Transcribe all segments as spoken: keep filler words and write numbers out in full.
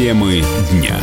Темы дня.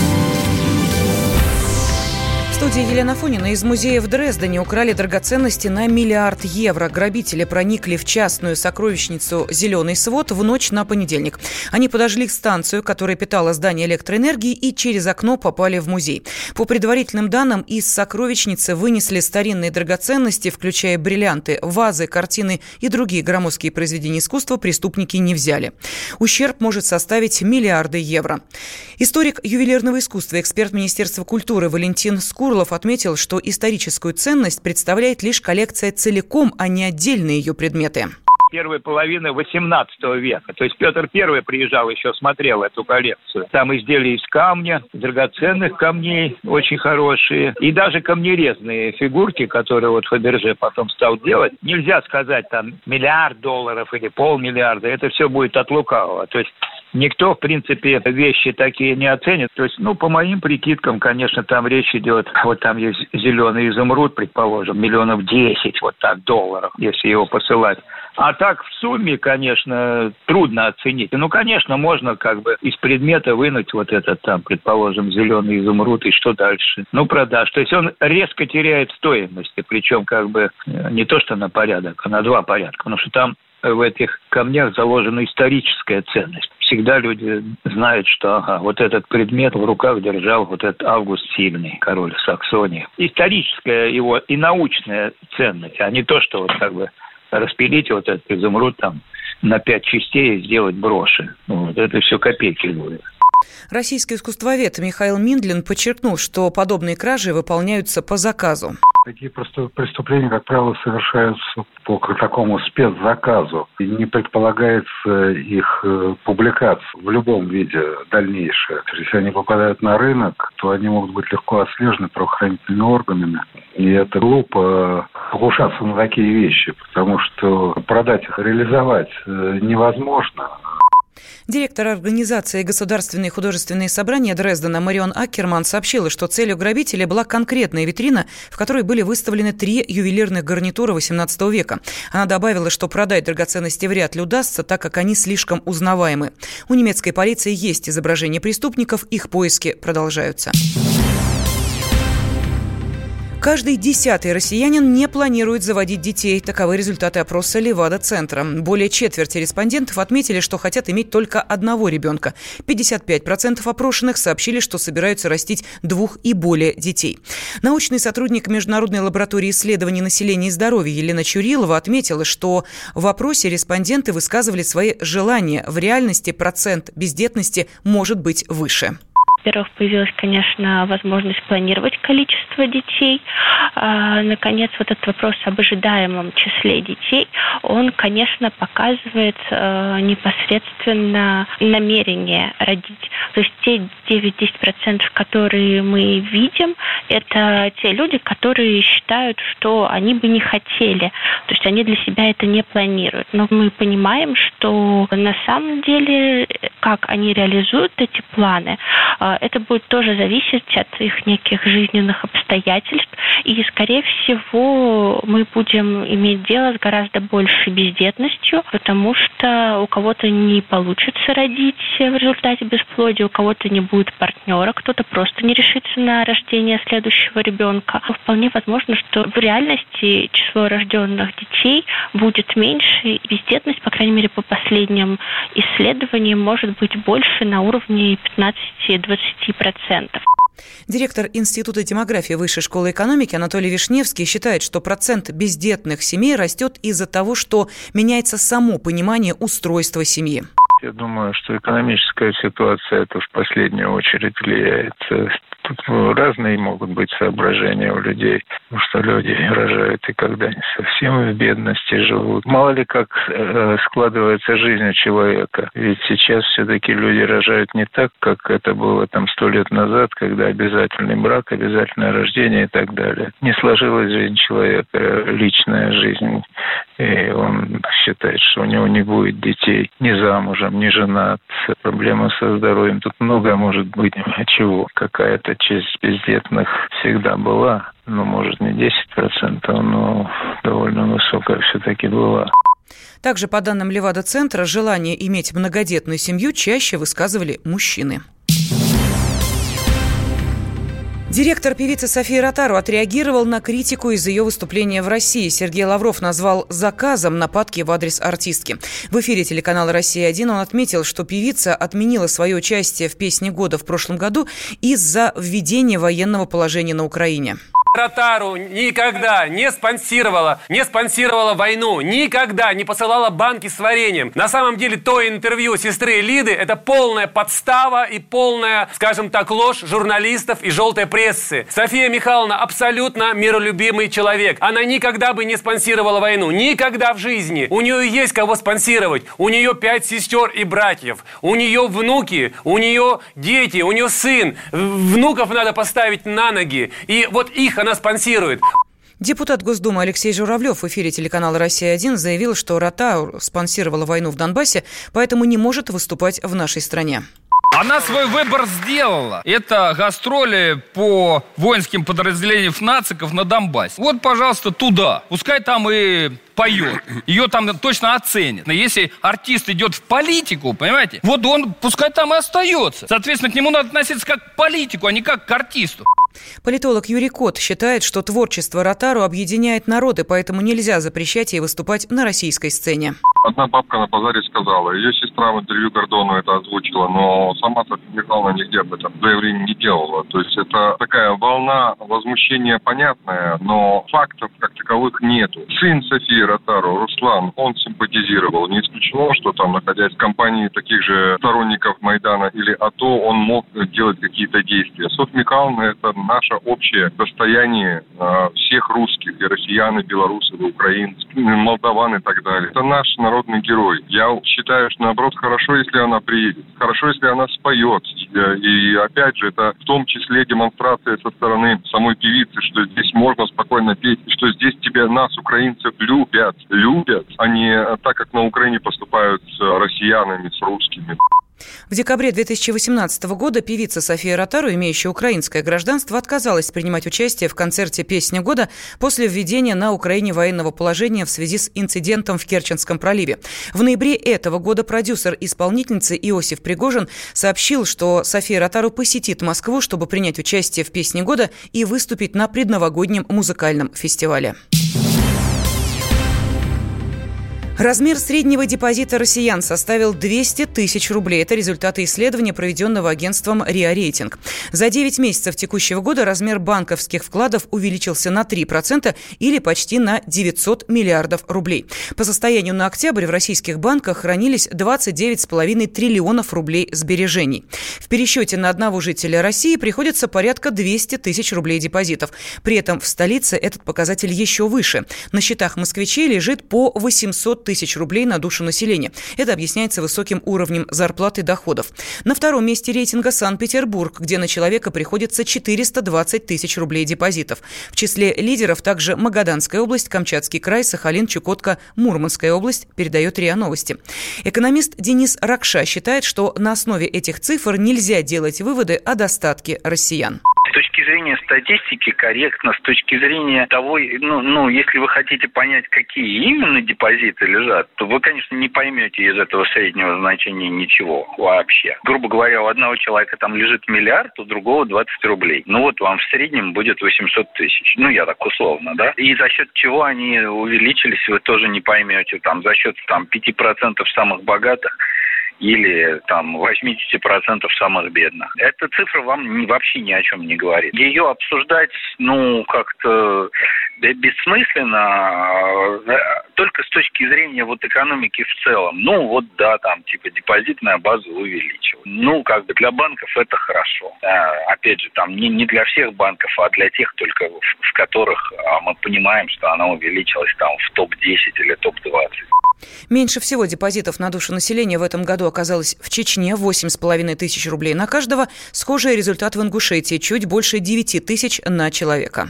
В студии Елена Афонина. Из музея в Дрездене украли драгоценности на миллиард евро. Грабители проникли в частную сокровищницу «Зеленый свод» в ночь на понедельник. Они подожгли станцию, которая питала здание электроэнергии, и через окно попали в музей. По предварительным данным, из сокровищницы вынесли старинные драгоценности, включая бриллианты, вазы, картины и другие громоздкие произведения искусства преступники не взяли. Ущерб может составить миллиарды евро. Историк ювелирного искусства, эксперт Министерства культуры Валентин Скурлов отметил, что историческую ценность представляет лишь коллекция целиком, а не отдельные ее предметы. Первой половины восемнадцатого века. То есть Петр Первый приезжал, еще смотрел эту коллекцию. Там изделия из камня, драгоценных камней, очень хорошие. И даже камнерезные фигурки, которые вот Фаберже потом стал делать. Нельзя сказать там миллиард долларов или полмиллиарда. Это все будет от лукавого. То есть никто, в принципе, вещи такие не оценит. То есть, ну, по моим прикидкам, конечно, там речь идет, вот там есть зеленый изумруд, предположим, миллионов десять, вот так, долларов, если его посылать. А так в сумме, конечно, трудно оценить. Ну, конечно, можно как бы из предмета вынуть вот этот там, предположим, зеленый изумруд, и что дальше? Ну, продашь. То есть он резко теряет стоимость, причем как бы не то что на порядок, а на два порядка, потому что там в этих камнях заложена историческая ценность. Всегда люди знают, что ага, вот этот предмет в руках держал вот этот Август Сильный, король Саксонии. Историческая его и научная ценность, а не то, что вот как бы распилить вот этот изумруд там на пять частей и сделать броши. Ну, вот это все копейки будет. Российский искусствовед Михаил Миндлин подчеркнул, что подобные кражи выполняются по заказу. Такие преступления, как правило, совершаются по такому спецзаказу. И не предполагается их публикация в любом виде дальнейшая. Если они попадают на рынок, то они могут быть легко отслежены правоохранительными органами. И это глупо покушаться на такие вещи, потому что продать их, реализовать невозможно. Директор организации «Государственные художественные собрания» Дрездена Марион Аккерман сообщила, что целью грабителя была конкретная витрина, в которой были выставлены три ювелирных гарнитура восемнадцатого века. Она добавила, что продать драгоценности вряд ли удастся, так как они слишком узнаваемы. У немецкой полиции есть изображения преступников, их поиски продолжаются. Каждый десятый россиянин не планирует заводить детей. Таковы результаты опроса Левада-центра. Более четверти респондентов отметили, что хотят иметь только одного ребенка. пятьдесят пять процентов опрошенных сообщили, что собираются растить двух и более детей. Научный сотрудник Международной лаборатории исследований населения и здоровья Елена Чурилова отметила, что в опросе респонденты высказывали свои желания. В реальности процент бездетности может быть выше. Во-первых, появилась, конечно, возможность планировать количество детей. А, наконец, вот этот вопрос об ожидаемом числе детей, он, конечно, показывает а, непосредственно намерение родить. То есть те девять-десять процентов, которые мы видим, это те люди, которые считают, что они бы не хотели. То есть они для себя это не планируют. Но мы понимаем, что на самом деле, как они реализуют эти планы, это будет тоже зависеть от их неких жизненных обстоятельств. И, скорее всего, мы будем иметь дело с гораздо большей бездетностью, потому что у кого-то не получится родить в результате бесплодия, у кого-то не будет партнера, кто-то просто не решится на рождение следующего ребенка. Вполне возможно, что в реальности число рожденных детей будет меньше, и бездетность, по крайней мере, по последним исследованиям, может быть больше на уровне пятнадцать-двадцать процентов. Директор Института демографии Высшей школы экономики Анатолий Вишневский считает, что процент бездетных семей растет из-за того, что меняется само понимание устройства семьи. Я думаю, что экономическая ситуация это в последнюю очередь влияет. Тут разные могут быть соображения у людей, потому что люди рожают и когда не совсем в бедности живут. Мало ли как э, складывается жизнь у человека. Ведь сейчас все-таки люди рожают не так, как это было там сто лет назад, когда обязательный брак, обязательное рождение и так далее. Не сложилась жизнь человека, личная жизнь. И он считает, что у него не будет детей, ни замужем, ни женат. Проблема со здоровьем. Тут много может быть чего. Какая-то часть бездетных всегда была. Ну, может, не десять процентов, но довольно высокая все-таки была. Также, по данным Левада-центра, желание иметь многодетную семью чаще высказывали мужчины. Директор певицы Софии Ротару отреагировал на критику из-за ее выступления в России. Сергей Лавров назвал заказом нападки в адрес артистки. В эфире телеканала «Россия-один» он отметил, что певица отменила свое участие в «Песне года» в прошлом году из-за введения военного положения на Украине. Ротару никогда не спонсировала, не спонсировала войну, никогда не посылала банки с вареньем. На самом деле, то интервью сестры Лиды – это полная подстава и полная, скажем так, ложь журналистов и желтой прессы. София Михайловна абсолютно миролюбимый человек. Она никогда бы не спонсировала войну, никогда в жизни. У нее есть кого спонсировать. У нее пять сестер и братьев. У нее внуки, у нее дети, у нее сын. Внуков надо поставить на ноги. И вот их она спонсирует. Депутат Госдумы Алексей Журавлев в эфире телеканала «Россия-один» заявил, что Ротару спонсировала войну в Донбассе, поэтому не может выступать в нашей стране. Она свой выбор сделала. Это гастроли по воинским подразделениям нациков на Донбассе. Вот, пожалуйста, туда. Пускай там и поет. Ее там точно оценят. Но если артист идет в политику, понимаете, вот он пускай там и остается. Соответственно, к нему надо относиться как к политику, а не как к артисту. Политолог Юрий Кот считает, что творчество Ротару объединяет народы, поэтому нельзя запрещать ей выступать на российской сцене. Одна бабка на базаре сказала, ее сестра в интервью Гордону это озвучила, но сама София Михайловна нигде об этом заявление не делала. То есть это такая волна возмущения понятная, но фактов как таковых нету. Сын Софии Ротару, Руслан, он симпатизировал. Не исключено, что там, находясь в компании таких же сторонников Майдана или АТО, он мог делать какие-то действия. Софья Михайловна – это наше общее достояние э, всех русских, и россиян, и белорусы, и украинцы, и молдаван и так далее. Это наш народный герой. Я считаю, что наоборот хорошо, если она приедет. Хорошо, если она споет. И опять же, это в том числе демонстрация со стороны самой певицы, что здесь можно спокойно петь, что здесь тебя, нас, украинцев, любят. Любят, а не так, как на Украине поступают с россиянами, с русскими. В декабре две тысячи восемнадцатого года певица София Ротару, имеющая украинское гражданство, отказалась принимать участие в концерте «Песня года» после введения на Украине военного положения в связи с инцидентом в Керченском проливе. В ноябре этого года продюсер исполнительницы Иосиф Пригожин сообщил, что София Ротару посетит Москву, чтобы принять участие в «Песне года» и выступить на предновогоднем музыкальном фестивале. Размер среднего депозита россиян составил двести тысяч рублей. Это результаты исследования, проведенного агентством РИА Рейтинг. За девять месяцев текущего года размер банковских вкладов увеличился на три процента или почти на девятьсот миллиардов рублей. По состоянию на октябрь в российских банках хранились двадцать девять целых пять десятых триллионов рублей сбережений. В пересчете на одного жителя России приходится порядка двести тысяч рублей депозитов. При этом в столице этот показатель еще выше. На счетах москвичей лежит по восемьсот тысяч рублей на душу населения. Это объясняется высоким уровнем зарплат и доходов. На втором месте рейтинга Санкт-Петербург, где на человека приходится четыреста двадцать тысяч рублей депозитов. В числе лидеров также Магаданская область, Камчатский край, Сахалин, Чукотка, Мурманская область, передает РИА Новости. Экономист Денис Ракша считает, что на основе этих цифр нельзя делать выводы о достатке россиян. С точки зрения статистики корректно, с точки зрения того, ну, ну, если вы хотите понять, какие именно депозиты лежат, то вы, конечно, не поймете из этого среднего значения ничего вообще. Грубо говоря, у одного человека там лежит миллиард, у другого двадцать рублей. Ну вот вам в среднем будет восемьсот тысяч. Ну, я так условно, да? И за счет чего они увеличились, вы тоже не поймете. Там за счет там, пять процентов самых богатых или там восемьдесят процентов самых бедных. Эта цифра вам ни, вообще ни о чем не говорит. Ее обсуждать, ну, как-то бессмысленно, только с точки зрения вот экономики в целом. Ну, вот да, там, типа, депозитная база увеличилась. Ну, как бы для банков это хорошо. А, опять же, там, не, не для всех банков, а для тех только, в, в которых а мы понимаем, что она увеличилась там в топ десять или топ двадцать. Меньше всего депозитов на душу населения в этом году оказалось в Чечне – восемь с половиной тысяч рублей на каждого. Схожий результат в Ингушетии – чуть больше девять тысяч на человека.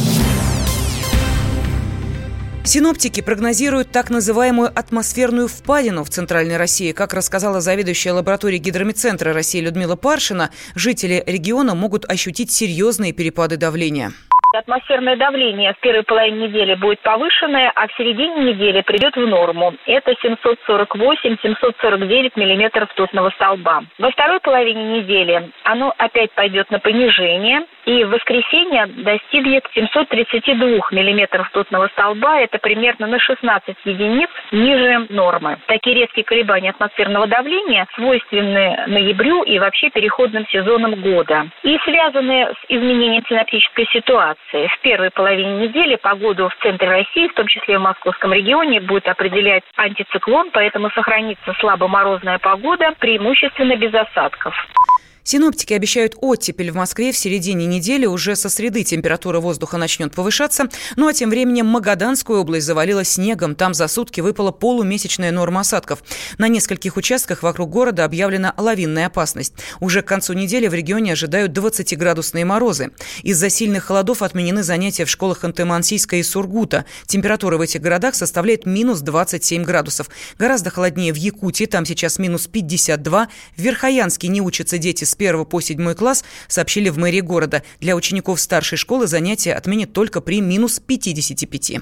Синоптики прогнозируют так называемую атмосферную впадину в Центральной России. Как рассказала заведующая лабораторией Гидрометцентра России Людмила Паршина, жители региона могут ощутить серьезные перепады давления. Атмосферное давление в первой половине недели будет повышенное, а в середине недели придет в норму. Это семьсот сорок восемь - семьсот сорок девять миллиметров ртутного столба. Во второй половине недели оно опять пойдет на понижение, и в воскресенье достигнет семьсот тридцать два миллиметров ртутного столба. Это примерно на шестнадцать единиц ниже нормы. Такие резкие колебания атмосферного давления свойственны ноябрю и вообще переходным сезонам года. И связаны с изменением синоптической ситуации. В первой половине недели погоду в центре России, в том числе в московском регионе, будет определять антициклон, поэтому сохранится слабоморозная погода, преимущественно без осадков. Синоптики обещают оттепель в Москве в середине недели. Уже со среды температура воздуха начнет повышаться. Ну а тем временем Магаданскую область завалило снегом. Там за сутки выпала полумесячная норма осадков. На нескольких участках вокруг города объявлена лавинная опасность. Уже к концу недели в регионе ожидают двадцатиградусные морозы. Из-за сильных холодов отменены занятия в школах Ханты-Мансийска и Сургута. Температура в этих городах составляет минус двадцать семь градусов. Гораздо холоднее в Якутии. Там сейчас минус пятьдесят два. В Верхоянске не учатся дети с с первого по седьмой класс, сообщили в мэрии города. Для учеников старшей школы занятия отменят только при минус пятидесяти пяти.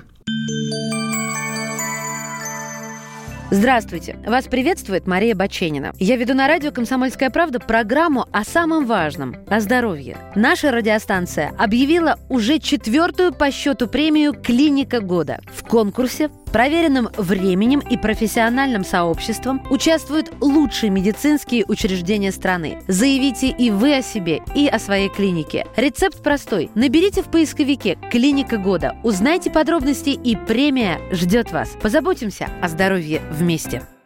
Здравствуйте! Вас приветствует Мария Баченина. Я веду на радио «Комсомольская правда» программу о самом важном – о здоровье. Наша радиостанция объявила уже четвертую по счету премию «Клиника года». В конкурсе, проверенном временем и профессиональным сообществом, участвуют лучшие медицинские учреждения страны. Заявите и вы о себе, и о своей клинике. Рецепт простой. Наберите в поисковике «Клиника года», узнайте подробности, и премия ждет вас. Позаботимся о здоровье вместе.